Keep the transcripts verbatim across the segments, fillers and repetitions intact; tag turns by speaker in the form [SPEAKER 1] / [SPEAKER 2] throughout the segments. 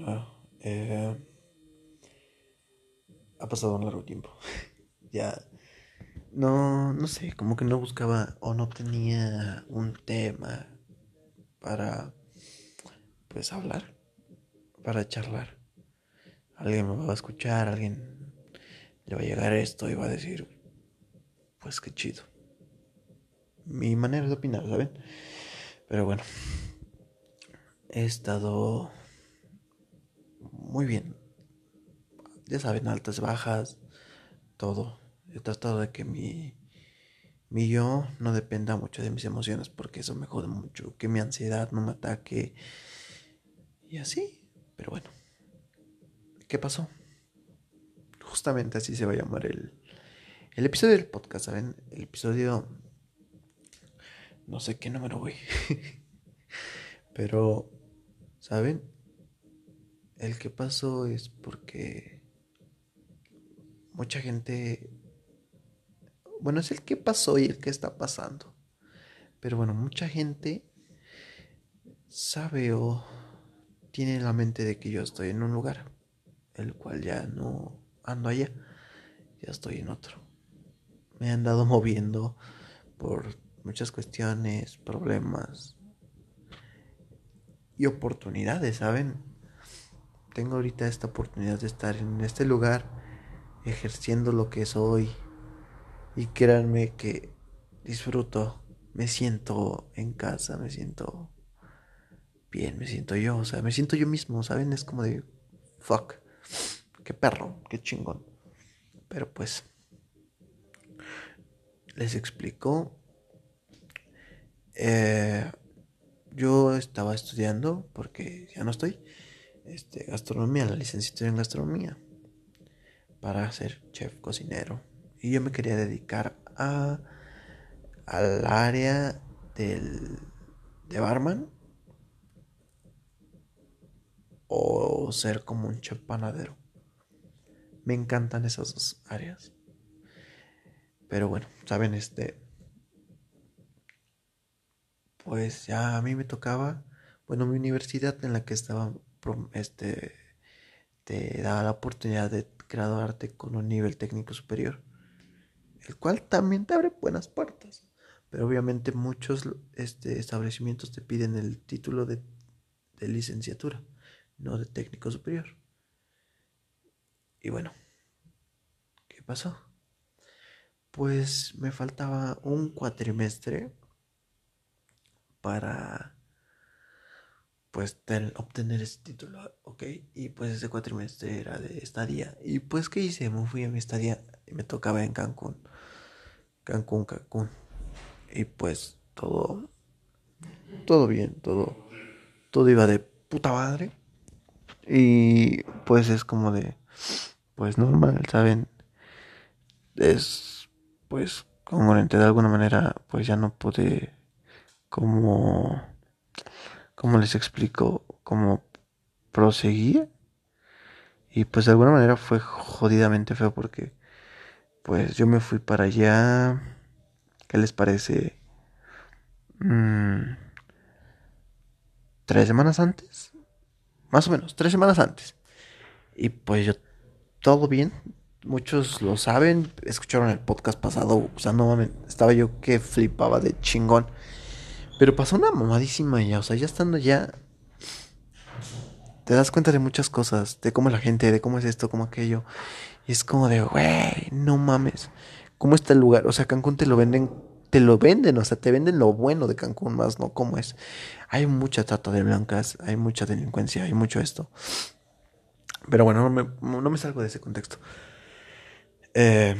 [SPEAKER 1] Bueno, eh, ha pasado un largo tiempo. Ya, no, no sé, como que no buscaba o no tenía un tema para, pues, hablar, para charlar. Alguien me va a escuchar, alguien le va a llegar esto y va a decir, pues, qué chido. Mi manera de opinar, ¿saben? Pero bueno, he estado muy bien. Ya saben, altas, bajas, todo. He tratado de que mi mi yo no dependa mucho de mis emociones porque eso me jode mucho, que mi ansiedad no me ataque y así. Pero bueno, ¿qué pasó? Justamente así se va a llamar el, el episodio del podcast, ¿saben? El episodio, no sé qué número voy, pero, ¿saben? El que pasó es porque mucha gente, bueno, es el que pasó y el que está pasando. Pero bueno, mucha gente sabe o tiene en la mente de que yo estoy en un lugar, el cual ya no ando allá. Ya estoy en otro. Me he andado moviendo por muchas cuestiones, problemas y oportunidades, ¿saben? Tengo ahorita esta oportunidad de estar en este lugar ejerciendo lo que soy y créanme que disfruto, me siento en casa, me siento bien, me siento yo, o sea, me siento yo mismo, ¿saben? Es como de fuck, qué perro, qué chingón. Pero pues les explico. Eh, yo estaba estudiando, porque ya no estoy, este, gastronomía, la licenciatura en gastronomía, para ser chef cocinero. Y yo me quería dedicar a, al área del, de barman o ser como un chef panadero. Me encantan esas dos áreas. Pero bueno, saben, este, pues ya a mí me tocaba, bueno, mi universidad en la que estaba, este, te daba la oportunidad de graduarte con un nivel técnico superior, el cual también te abre buenas puertas. Pero obviamente muchos este, establecimientos te piden el título de, de licenciatura, no de técnico superior. Y bueno, ¿qué pasó? Pues me faltaba un cuatrimestre para pues ten, obtener ese título, ¿ok? Y pues ese cuatrimestre era de estadía. Y pues ¿qué hice? Me fui a mi estadía y me tocaba en Cancún. Cancún, Cancún. Y pues todo, todo bien, todo, todo iba de puta madre. Y pues es como de, pues normal, ¿saben? Es, pues, congruente de alguna manera, pues ya no pude, como, como les explico, como proseguir. Y pues de alguna manera fue jodidamente feo porque, pues yo me fui para allá, ¿qué les parece? Mm, ¿Tres semanas antes? Más o menos, tres semanas antes. Y pues yo todo bien. Muchos lo saben, escucharon el podcast pasado. O sea, no mames, estaba yo que flipaba de chingón. Pero pasó una mamadísima ya. O sea, ya estando ya, te das cuenta de muchas cosas. De cómo es la gente, de cómo es esto, cómo aquello. Y es como de, güey, no mames. ¿Cómo está el lugar? O sea, Cancún te lo venden. Te lo venden, o sea, te venden lo bueno de Cancún más, ¿no? ¿Cómo es? Hay mucha trata de blancas, hay mucha delincuencia, hay mucho esto. Pero bueno, no me, no me salgo de ese contexto. Eh,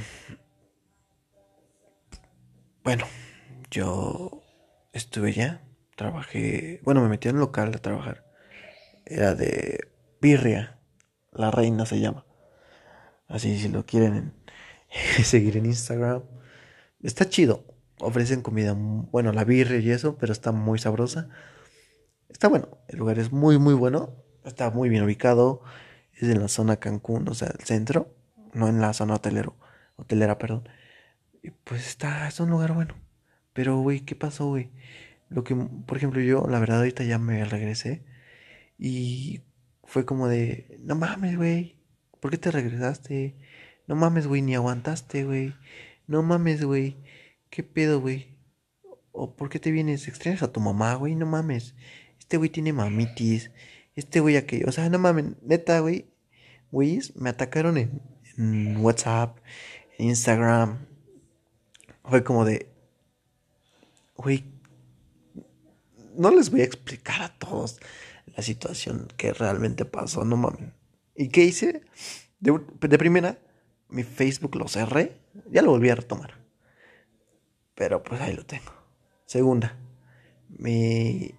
[SPEAKER 1] bueno, yo estuve ya, trabajé, bueno, me metí en un local a trabajar. Era de birria, la reina se llama. Así si lo quieren seguir en Instagram. Está chido. Ofrecen comida, bueno, la birria y eso, pero está muy sabrosa. Está bueno, el lugar es muy, muy bueno. Está muy bien ubicado. Es en la zona Cancún, o sea, el centro, no en la zona hotelero, hotelera, perdón. Y pues está, es un lugar bueno. Pero, güey, ¿qué pasó, güey? Lo que, por ejemplo, yo, la verdad, ahorita ya me regresé. Y fue como de, no mames, güey, ¿por qué te regresaste? No mames, güey, ni aguantaste, güey. No mames, güey, ¿qué pedo, güey? ¿O por qué te vienes? ¿Extrañas a tu mamá, güey? No mames. Este güey tiene mamitis. Este güey aquello. O sea, no mames, neta, güey. Güeyes me atacaron en, en WhatsApp, en Instagram. Fue como de, güey, no les voy a explicar a todos la situación que realmente pasó, no mames. ¿Y qué hice? De, de primera, mi Facebook lo cerré, ya lo volví a retomar. Pero pues ahí lo tengo. Segunda, mi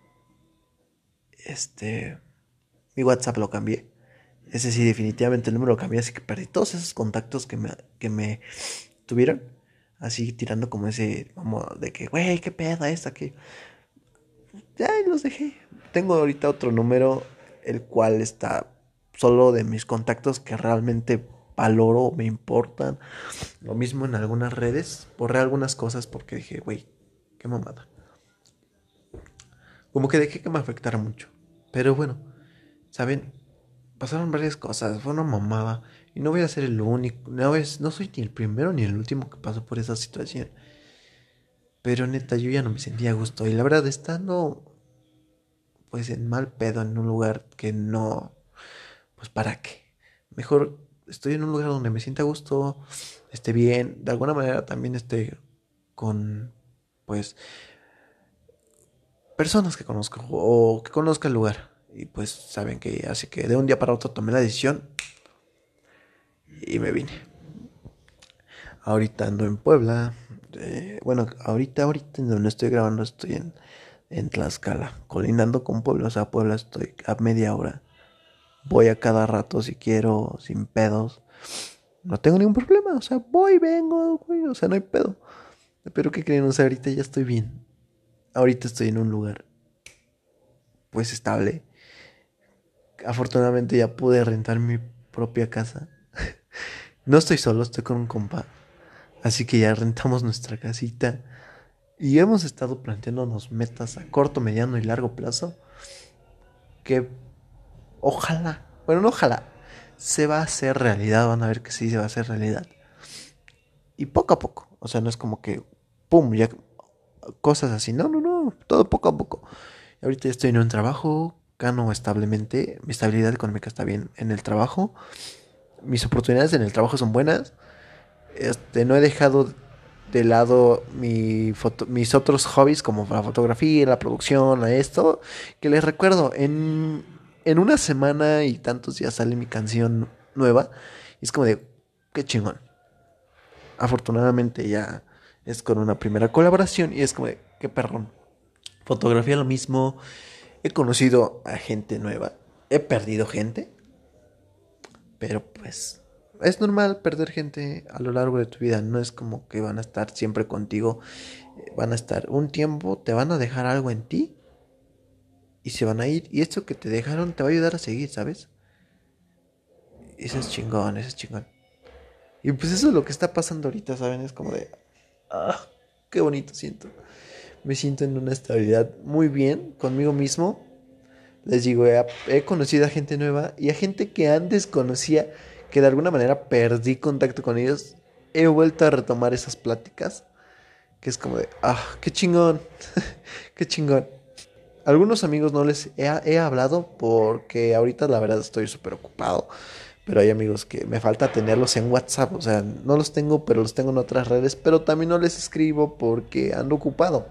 [SPEAKER 1] este mi WhatsApp lo cambié. Ese sí, definitivamente el número lo cambié, así que perdí todos esos contactos que me, que me tuvieron. Así tirando como ese, como de que, güey, qué pedo esta, que ya los dejé. Tengo ahorita otro número, el cual está solo de mis contactos que realmente valoro, me importan. Lo mismo en algunas redes, borré algunas cosas porque dije, güey, qué mamada. Como que dejé que me afectara mucho. Pero bueno, ¿saben? Pasaron varias cosas, fue una mamada. Y no voy a ser el único, no, es, no soy ni el primero ni el último que pasó por esa situación. Pero neta, yo ya no me sentía a gusto. Y la verdad, estando pues en mal pedo en un lugar que no, pues para qué. Mejor estoy en un lugar donde me sienta a gusto, esté bien, de alguna manera también esté con, pues, personas que conozco o que conozca el lugar. Y pues saben que así que de un día para otro tomé la decisión y me vine. Ahorita ando en Puebla. Eh, bueno, ahorita, ahorita en donde estoy grabando estoy en, en Tlaxcala, colindando con Puebla. O sea, Puebla estoy a media hora. Voy a cada rato si quiero, sin pedos. No tengo ningún problema. O sea, voy, vengo, güey. O sea, no hay pedo. Pero ¿qué creen? O sea, ahorita ya estoy bien. Ahorita estoy en un lugar, pues, estable. Afortunadamente ya pude rentar mi propia casa. No estoy solo, estoy con un compa. Así que ya rentamos nuestra casita. Y hemos estado planteándonos metas a corto, mediano y largo plazo que ojalá, bueno, no ojalá, se va a hacer realidad, van a ver que sí se va a hacer realidad. Y poco a poco, o sea, no es como que, pum, ya cosas así, no, no, no, todo poco a poco. Ahorita ya estoy en un trabajo, gano establemente, mi estabilidad económica está bien en el trabajo, mis oportunidades en el trabajo son buenas, este, no he dejado de lado mi foto, mis otros hobbies como la fotografía, la producción, a esto, que les recuerdo, en, en una semana y tantos días sale mi canción nueva y es como de, qué chingón. Afortunadamente ya es con una primera colaboración y es como de, qué perrón. Fotografía lo mismo, he conocido a gente nueva, he perdido gente, pero pues es normal perder gente a lo largo de tu vida. No es como que van a estar siempre contigo. Van a estar un tiempo, te van a dejar algo en ti y se van a ir. Y esto que te dejaron te va a ayudar a seguir, ¿sabes? Eso es chingón, eso es chingón. Y pues eso es lo que está pasando ahorita, ¿saben? Es como de, ah, qué bonito siento. Me siento en una estabilidad muy bien conmigo mismo. Les digo, he, he conocido a gente nueva y a gente que antes conocía, que de alguna manera perdí contacto con ellos. He vuelto a retomar esas pláticas, que es como de, ah, qué chingón, qué chingón. Algunos amigos no les he, he hablado porque ahorita la verdad estoy súper ocupado. Pero hay amigos que me falta tenerlos en WhatsApp. O sea, no los tengo, pero los tengo en otras redes. Pero también no les escribo porque ando ocupado.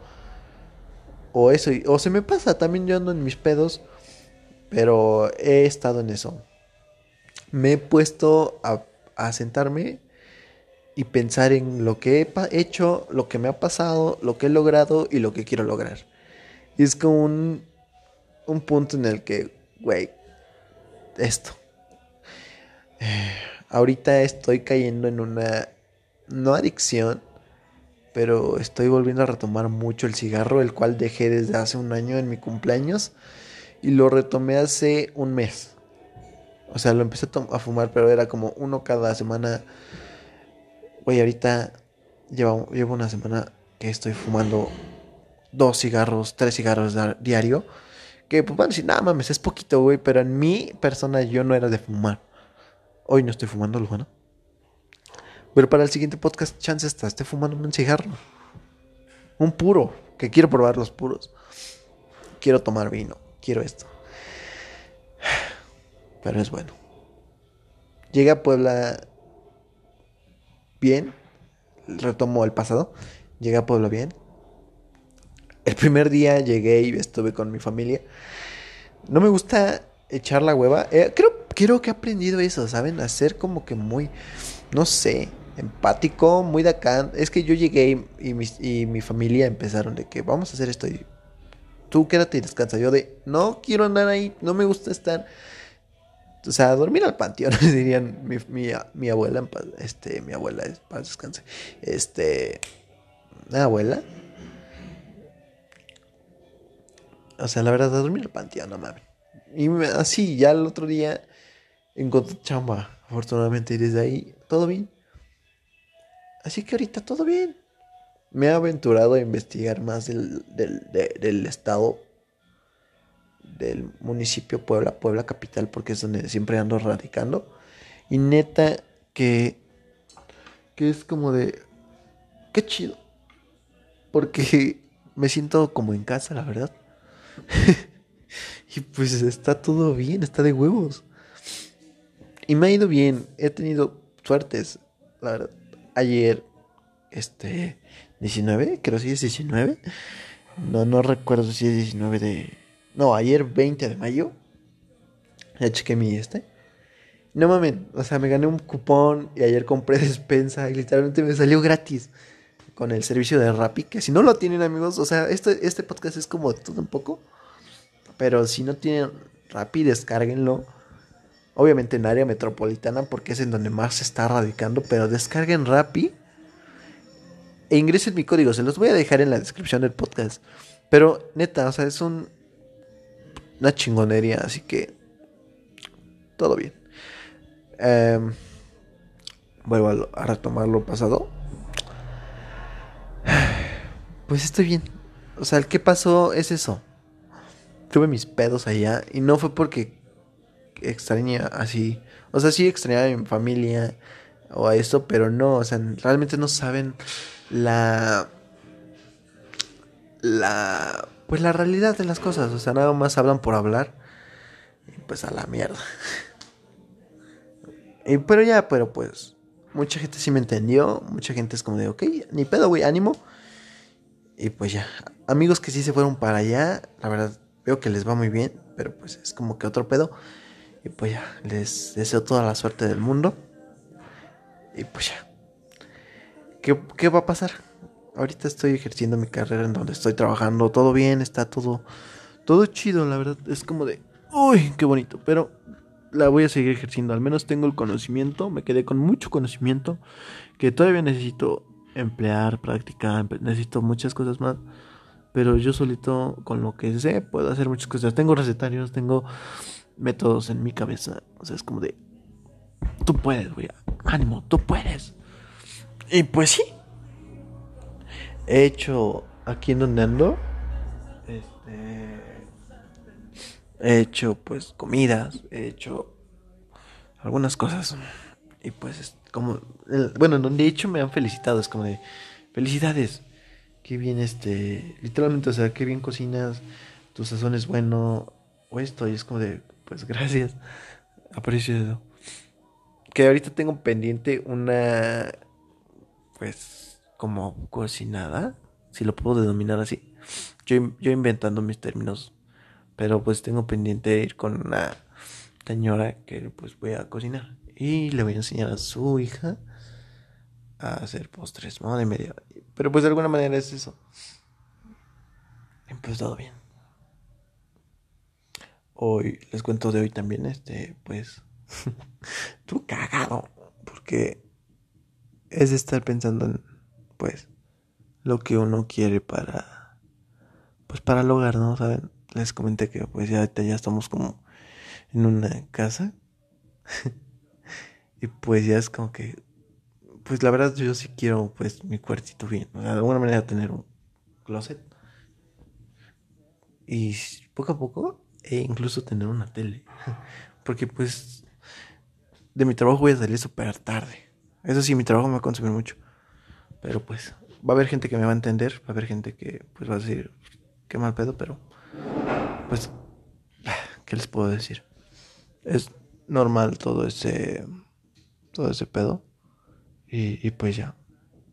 [SPEAKER 1] O eso, o se me pasa, también yo ando en mis pedos. Pero he estado en eso. Me he puesto a, a sentarme y pensar en lo que he hecho, lo que me ha pasado, lo que he logrado y lo que quiero lograr. Y es como un, un punto en el que, güey, esto. Ahorita estoy cayendo en una, no adicción, pero estoy volviendo a retomar mucho el cigarro, el cual dejé desde hace un año en mi cumpleaños y lo retomé hace un mes. O sea, lo empecé a, a fumar, pero era como uno cada semana. Güey, ahorita llevo, llevo una semana que estoy fumando dos cigarros, tres cigarros diario, Que pues van a decir, nada mames, es poquito, güey. Pero en mi persona yo no era de fumar. Hoy no estoy fumando, lo bueno. Pero para el siguiente podcast, chance hasta esté fumando un cigarro. Un puro, que quiero probar los puros. Quiero tomar vino, quiero esto. Pero es bueno. Llegué a Puebla bien. Retomo el pasado. Llegué a Puebla bien. El primer día llegué y estuve con mi familia. No me gusta echar la hueva. Eh, creo, creo que he aprendido eso, ¿saben? A ser como que muy, no sé, empático, muy de acá. Es que yo llegué y, y, mi, y mi familia empezaron de que vamos a hacer esto y tú quédate y descansa. Yo de, no quiero andar ahí, no me gusta estar. O sea, dormir al panteón, dirían mi, mi, mi abuela, en paz, este, mi abuela, paz descanse. Este, mi abuela. O sea, la verdad, a dormir al panteón, no mames. Y me, así, ya el otro día encontré chamba, afortunadamente, y desde ahí, todo bien. Así que ahorita todo bien. Me he aventurado a investigar más del, del, de, del estado, del municipio Puebla, Puebla capital, porque es donde siempre ando radicando. Y neta, que, que es como de, qué chido. Porque me siento como en casa, la verdad. Y pues está todo bien, está de huevos. Y me ha ido bien, he tenido suertes, la verdad. Ayer, este, diecinueve, creo que sí es diecinueve. No, no recuerdo si es diecinueve de... No, ayer veinte de mayo. Ya chequé mi este. No mames, o sea, me gané un cupón y ayer compré despensa y literalmente me salió gratis con el servicio de Rappi, que si no lo tienen amigos, o sea, este, este podcast es como de todo un poco, pero si no tienen Rappi, descárguenlo. Obviamente en área metropolitana porque es en donde más se está radicando, pero descarguen Rappi e ingresen mi código, se los voy a dejar en la descripción del podcast. Pero neta, o sea, es un, una chingonería, así que todo bien. Eh, vuelvo a, a retomar lo pasado. Pues estoy bien. O sea, el que pasó es eso. Tuve mis pedos allá y no fue porque extraña así. O sea, sí extrañaba a mi familia o a eso, pero no, o sea, realmente no saben la la pues la realidad de las cosas, o sea, nada más hablan por hablar y pues a la mierda. Y, pero ya, pero pues mucha gente sí me entendió, mucha gente es como de, ok, ni pedo, güey, ánimo. Y pues ya, amigos que sí se fueron para allá, la verdad veo que les va muy bien, pero pues es como que otro pedo. Y pues ya, les deseo toda la suerte del mundo. Y pues ya, ¿qué, qué va a pasar? Ahorita estoy ejerciendo mi carrera en donde estoy trabajando, todo bien, está todo, todo chido, la verdad, es como de, uy, qué bonito, pero la voy a seguir ejerciendo, al menos tengo el conocimiento, me quedé con mucho conocimiento que todavía necesito emplear, practicar, necesito muchas cosas más, pero yo solito con lo que sé puedo hacer muchas cosas, tengo recetarios, tengo métodos en mi cabeza, o sea, es como de, tú puedes, güey, ánimo, tú puedes. Y pues sí, he hecho aquí en donde ando, este, he hecho pues comidas, he hecho algunas cosas. Y pues es como, el- bueno, en donde he hecho me han felicitado, es como de, felicidades, qué bien este, literalmente, o sea, qué bien cocinas, tu sazón es bueno, o esto, y es como de, pues gracias, aprecio eso. Que ahorita tengo pendiente una, pues, como cocinada, si lo puedo denominar así. Yo, yo inventando mis términos, pero pues tengo pendiente ir con una señora que pues voy a cocinar y le voy a enseñar a su hija a hacer postres, ¿no? De media. Pero pues de alguna manera es eso. Y pues todo bien. Hoy les cuento de hoy también, este, pues, tú cagado, porque es de estar pensando en, pues, lo que uno quiere para, pues, para el hogar, ¿no? ¿Saben? Les comenté que pues ya, ya estamos como en una casa y pues ya es como que, pues la verdad yo sí quiero pues mi cuartito bien, o sea, de alguna manera tener un closet y poco a poco e incluso tener una tele. Porque pues de mi trabajo voy a salir súper tarde. Eso sí, mi trabajo me va a consumir mucho. Pero pues va a haber gente que me va a entender, va a haber gente que pues va a decir, qué mal pedo, pero pues, ¿qué les puedo decir? Es normal todo ese, todo ese pedo. Y, y pues ya.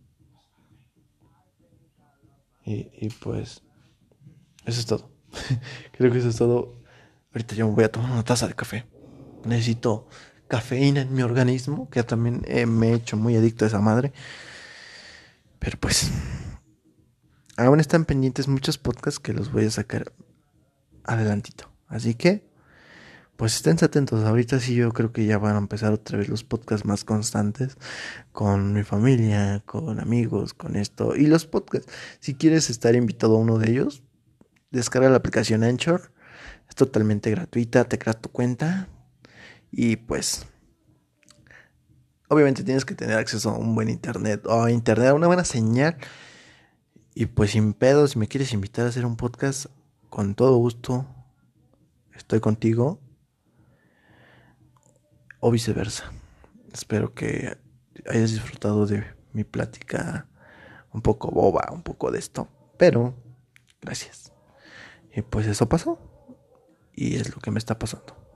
[SPEAKER 1] Y, y pues, eso es todo. Creo que eso es todo. Ahorita yo me voy a tomar una taza de café. Necesito cafeína en mi organismo, que también eh, me he hecho muy adicto a esa madre. Pero pues, aún están pendientes muchos podcasts que los voy a sacar adelantito. Así que, pues estén atentos. Ahorita sí yo creo que ya van a empezar otra vez los podcasts más constantes con mi familia, con amigos, con esto. Y los podcasts, si quieres estar invitado a uno de ellos, descarga la aplicación Anchor. Es totalmente gratuita, te creas tu cuenta y pues obviamente tienes que tener acceso a un buen internet o a internet, a una buena señal. Y pues sin pedos, si me quieres invitar a hacer un podcast, con todo gusto, estoy contigo o viceversa. Espero que hayas disfrutado de mi plática un poco boba, un poco de esto, pero gracias. Y pues eso pasó y es lo que me está pasando.